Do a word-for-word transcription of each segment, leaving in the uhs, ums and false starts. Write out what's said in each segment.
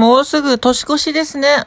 もうすぐ年越しですね。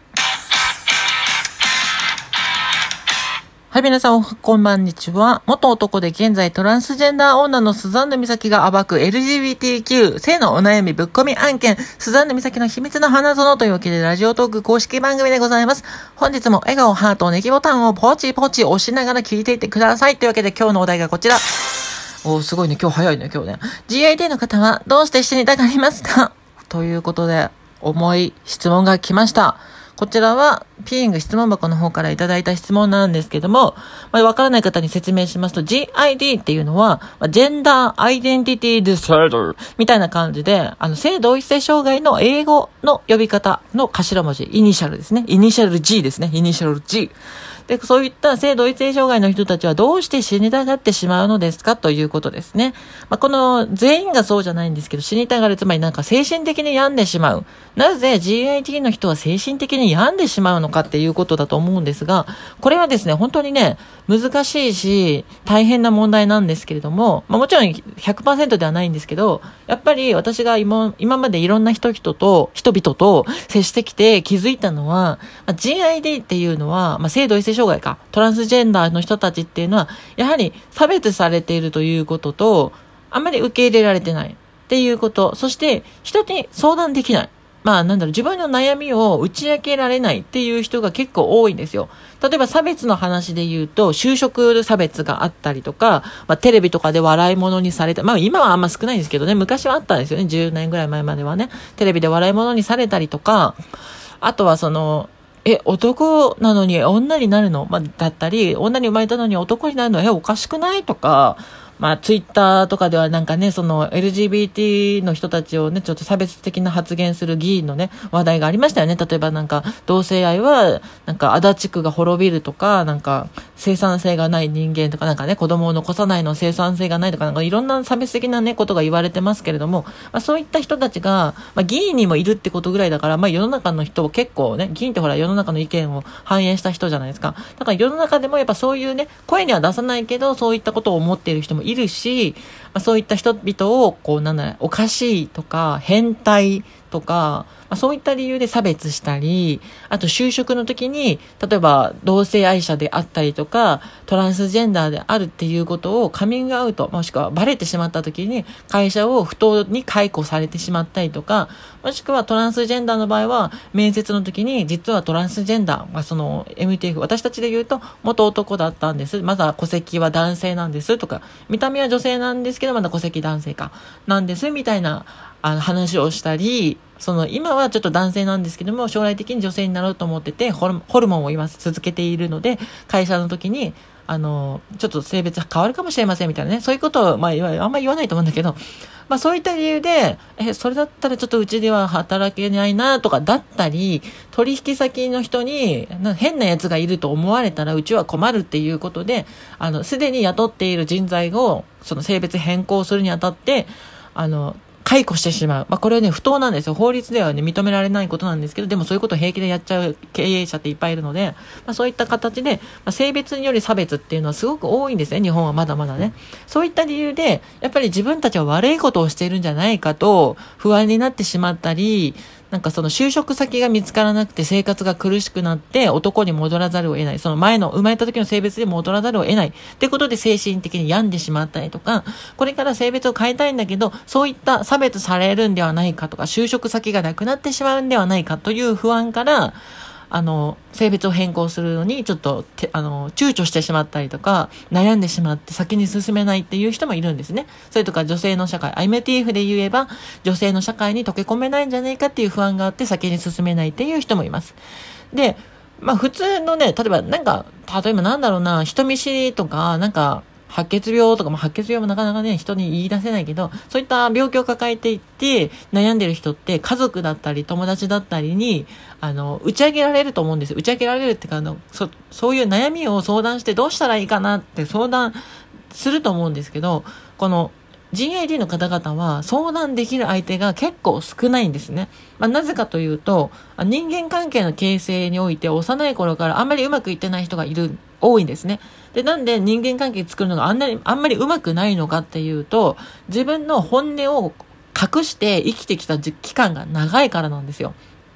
はい、皆さん、こんばんにちは。元男で現在トランスジェンダー女のスザンヌ美咲が暴く エルジービーティーキュー 性のお悩みぶっ込み案件、スザンヌ美咲の秘密の花園というわけでラジオトーク公式番組でございます。本日も笑顔、ハート、ネギボタンをポチポチ押しながら聞いていってください。というわけで今日のお題がこちら。おー、すごいね。今日早いね、今日ね。ジーアイディー の方はどうして死にたがりますかということで、重い質問が来ました。こちらは、ピーイング質問箱の方からいただいた質問なんですけども、まあ、わからない方に説明しますと、ジーアイディー っていうのは、まあ、ジェンダーアイデンティティディスオーダーみたいな感じで、あの、性同一性障害の英語の呼び方の頭文字、イニシャルですね。イニシャル G ですね。イニシャル G。で、そういった性同一性障害の人たちはどうして死にたがってしまうのですかということですね。まあ、この全員がそうじゃないんですけど、死にたがる、つまりなんか精神的に病んでしまう。なぜ ジーアイディー の人は精神的に病んでしまうのかっていうことだと思うんですが、これはですね、本当にね、難しいし、大変な問題なんですけれども、まあ、もちろん ひゃくパーセント ではないんですけど、やっぱり私が今、今までいろんな人々と、人々と接してきて気づいたのは、まあ、ジーアイディー っていうのは、まあ、性同一性障害か、トランスジェンダーの人たちっていうのは、やはり差別されているということと、あまり受け入れられてないっていうこと、そして人に相談できない。まあなんだろう、自分の悩みを打ち明けられないっていう人が結構多いんですよ。例えば差別の話で言うと、就職差別があったりとか、まあテレビとかで笑い物にされた。まあ今はあんま少ないんですけどね、昔はあったんですよね。じゅうねんぐらい前まではね。テレビで笑い物にされたりとか、あとはその、え、男なのに女になるの、まあ、だったり、女に生まれたのに男になるの、え、おかしくないとか、まあ、ツイッターとかではなんかね、その エルジービーティー の人たちをね、ちょっと差別的な発言する議員のね、話題がありましたよね。例えばなんか、同性愛は、なんか、足立区が滅びるとか、なんか、生産性がない人間とか、なんかね、子供を残さないの生産性がないとか、なんかいろんな差別的なね、ことが言われてますけれども、まあ、そういった人たちが、まあ、議員にもいるってことぐらいだから、まあ、世の中の人を結構ね、議員ってほら、世の中の意見を反映した人じゃないですか。だから世の中でもやっぱそういうね、声には出さないけど、そういったことを思っている人もいるし、まあ、そういった人々をこうなんだろう、おかしいとか変態とか、まあ、そういった理由で差別したり、あと就職の時に例えば同性愛者であったりとかトランスジェンダーであるっていうことをカミングアウトもしくはバレてしまった時に会社を不当に解雇されてしまったりとか、もしくはトランスジェンダーの場合は面接の時に実はトランスジェンダー、まあ、その エムティーエフ 私たちで言うと元男だったんです、まだ戸籍は男性なんですとか、見た目は女性なんですけどまだ戸籍男性かなんですみたいなあの話をしたり、その今はちょっと男性なんですけども将来的に女性になろうと思っててホル、ホルモンを今続けているので会社の時にあのちょっと性別変わるかもしれませんみたいなね、そういうことを、まあ、あんまり言わないと思うんだけど、まあ、そういった理由でえそれだったらちょっとうちでは働けないなとかだったり、取引先の人に変なやつがいると思われたらうちは困るっていうことで、あのすでに雇っている人材をその性別変更するにあたってあの解雇してしまう。まあ、これはね、不当なんですよ。法律ではね、認められないことなんですけど、でもそういうことを平気でやっちゃう経営者っていっぱいいるので、まあ、そういった形で、まあ、性別により差別っていうのはすごく多いんですね、日本はまだまだね。そういった理由で、やっぱり自分たちは悪いことをしているんじゃないかと不安になってしまったり、なんかその就職先が見つからなくて生活が苦しくなって男に戻らざるを得ない、その前の生まれた時の性別で戻らざるを得ないってことで精神的に病んでしまったりとか、これから性別を変えたいんだけどそういった差別されるんではないかとか、就職先がなくなってしまうんではないかという不安からあの性別を変更するのにちょっとあの躊躇してしまったりとか悩んでしまって先に進めないっていう人もいるんですね。それとか女性の社会 エムティーエフ で言えば女性の社会に溶け込めないんじゃないかっていう不安があって先に進めないっていう人もいます。でまあ普通のね、例えばなんか例えばなんだろうな、人見知りとかなんか白血病とかも白血病もなかなかね人に言い出せないけど、そういった病気を抱えていって悩んでる人って家族だったり友達だったりにあの打ち上げられると思うんですよ。打ち上げられるっていうかあの そ, そういう悩みを相談してどうしたらいいかなって相談すると思うんですけど、この ジーアイディー の方々は相談できる相手が結構少ないんですね。まあ、なぜかというと人間関係の形成において幼い頃からあんまりうまくいってない人がいる多いんですね。でなんで人間関係作るのがあんなにあんまりうまくないのかっていうと、自分の本音を隠して生きてきた期間が長いからなんですよ。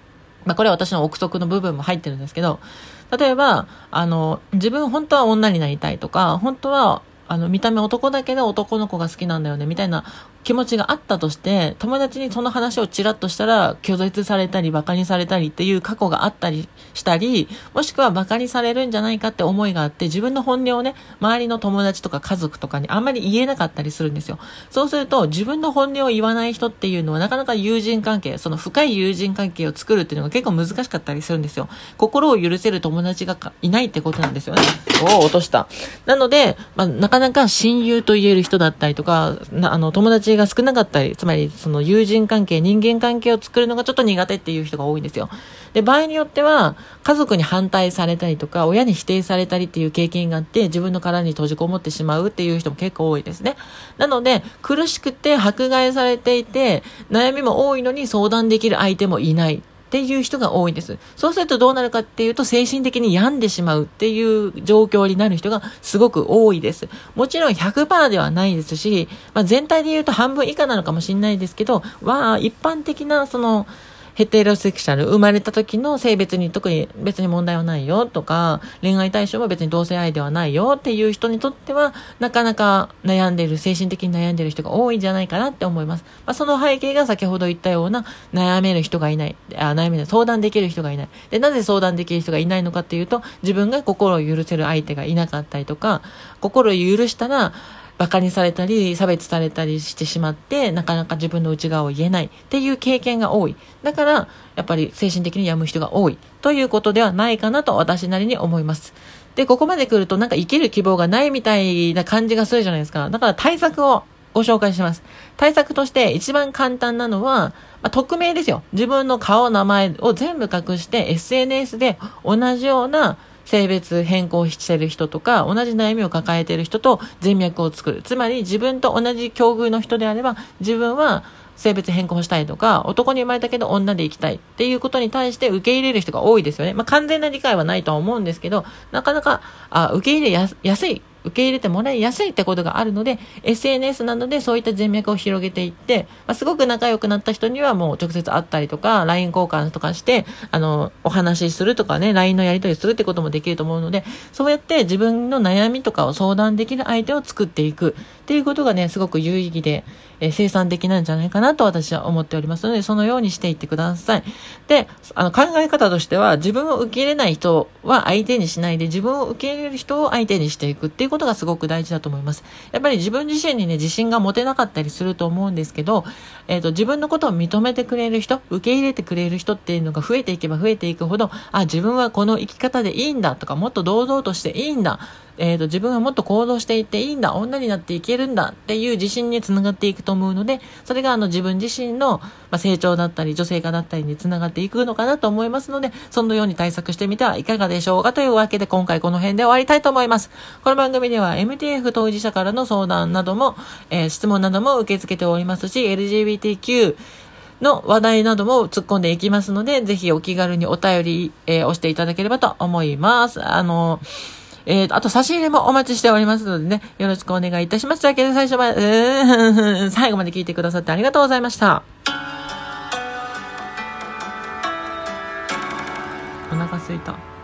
まあこれは私の憶測の部分も入ってるんですけど、例えば、あの、自分本当は女になりたいとか、本当は、あの、見た目男だけど男の子が好きなんだよね、みたいな気持ちがあったとして、友達にその話をチラッとしたら、拒絶されたり、馬鹿にされたりっていう過去があったりしたり、もしくは馬鹿にされるんじゃないかって思いがあって、自分の本音をね、周りの友達とか家族とかにあんまり言えなかったりするんですよ。そうすると、自分の本音を言わない人っていうのは、なかなか友人関係、その深い友人関係を作るっていうのが結構難しかったりするんですよ。心を許せる友達がいないってことなんですよね。おー、落とした。なので、まあ、なかなか親友と言える人だったりとか、なあの、友達が少なかったり、つまりその友人関係、人間関係を作るのがちょっと苦手っていう人が多いんですよ。で、場合によっては、家族に反対されたりとか、親に否定されたりっていう経験があって、自分の殻に閉じこもってしまうっていう人も結構多いですね。なので、苦しくて迫害されていて、悩みも多いのに相談できる相手もいない。っていう人が多いんです。そうするとどうなるかっていうと、精神的に病んでしまうっていう状況になる人がすごく多いです。もちろん ひゃくパーセント ではないですし、まあ、全体で言うと半分以下なのかもしれないですけど、は一般的なそのヘテロセクシャル、生まれた時の性別に特に別に問題はないよとか、恋愛対象も別に同性愛ではないよっていう人にとっては、なかなか悩んでいる、精神的に悩んでいる人が多いんじゃないかなって思います。まあ、その背景が先ほど言ったような悩める人がいない、あ悩めない、相談できる人がいない。で、なぜ相談できる人がいないのかっていうと、自分が心を許せる相手がいなかったりとか、心を許したら、馬鹿にされたり差別されたりしてしまってなかなか自分の内側を言えないっていう経験が多い。だからやっぱり精神的に病む人が多いということではないかなと私なりに思います。で、ここまで来るとなんか生きる希望がないみたいな感じがするじゃないですか。だから対策をご紹介します。対策として一番簡単なのは、まあ、匿名ですよ。自分の顔、名前を全部隠して エスエヌエス で同じような性別変更してる人とか、同じ悩みを抱えている人と人脈を作る。つまり自分と同じ境遇の人であれば、自分は性別変更したいとか、男に生まれたけど女で生きたいっていうことに対して受け入れる人が多いですよね。まあ、完全な理解はないとは思うんですけど、なかなかあ受け入れや、やすい。受け入れてもらいやすいってことがあるので、エスエヌエス などでそういった人脈を広げていって、まあ、すごく仲良くなった人にはもう直接会ったりとか、ライン 交換とかして、あの、お話しするとかね、ライン のやり取りするってこともできると思うので、そうやって自分の悩みとかを相談できる相手を作っていくっていうことがね、すごく有意義で、えー、生産的なんじゃないかなと私は思っておりますので、そのようにしていってください。で、あの、考え方としては、自分を受け入れない人は相手にしないで、自分を受け入れる人を相手にしていくっていうことがすごく大事だと思います。やっぱり自分自身にね、自信が持てなかったりすると思うんですけど、えっと、自分のことを認めてくれる人、受け入れてくれる人っていうのが増えていけば増えていくほど、あ、自分はこの生き方でいいんだとか、もっと堂々としていいんだ。えっと、自分はもっと行動していっていいんだ、女になっていけるんだっていう自信につながっていくと思うので、それがあの自分自身の、まあ、成長だったり女性化だったりにつながっていくのかなと思いますので、そのように対策してみてはいかがでしょうかというわけで、今回この辺で終わりたいと思います。この番組では エムティーエフ 当事者からの相談なども、えー、質問なども受け付けておりますし、エルジービーティーキューの話題なども突っ込んでいきますので、ぜひお気軽にお便り、えー、押していただければと思います。あのえーと、あと差し入れもお待ちしておりますのでね、よろしくお願いいたします。というわけで最初まで、うーん、最後まで聞いてくださってありがとうございました。お腹すいた。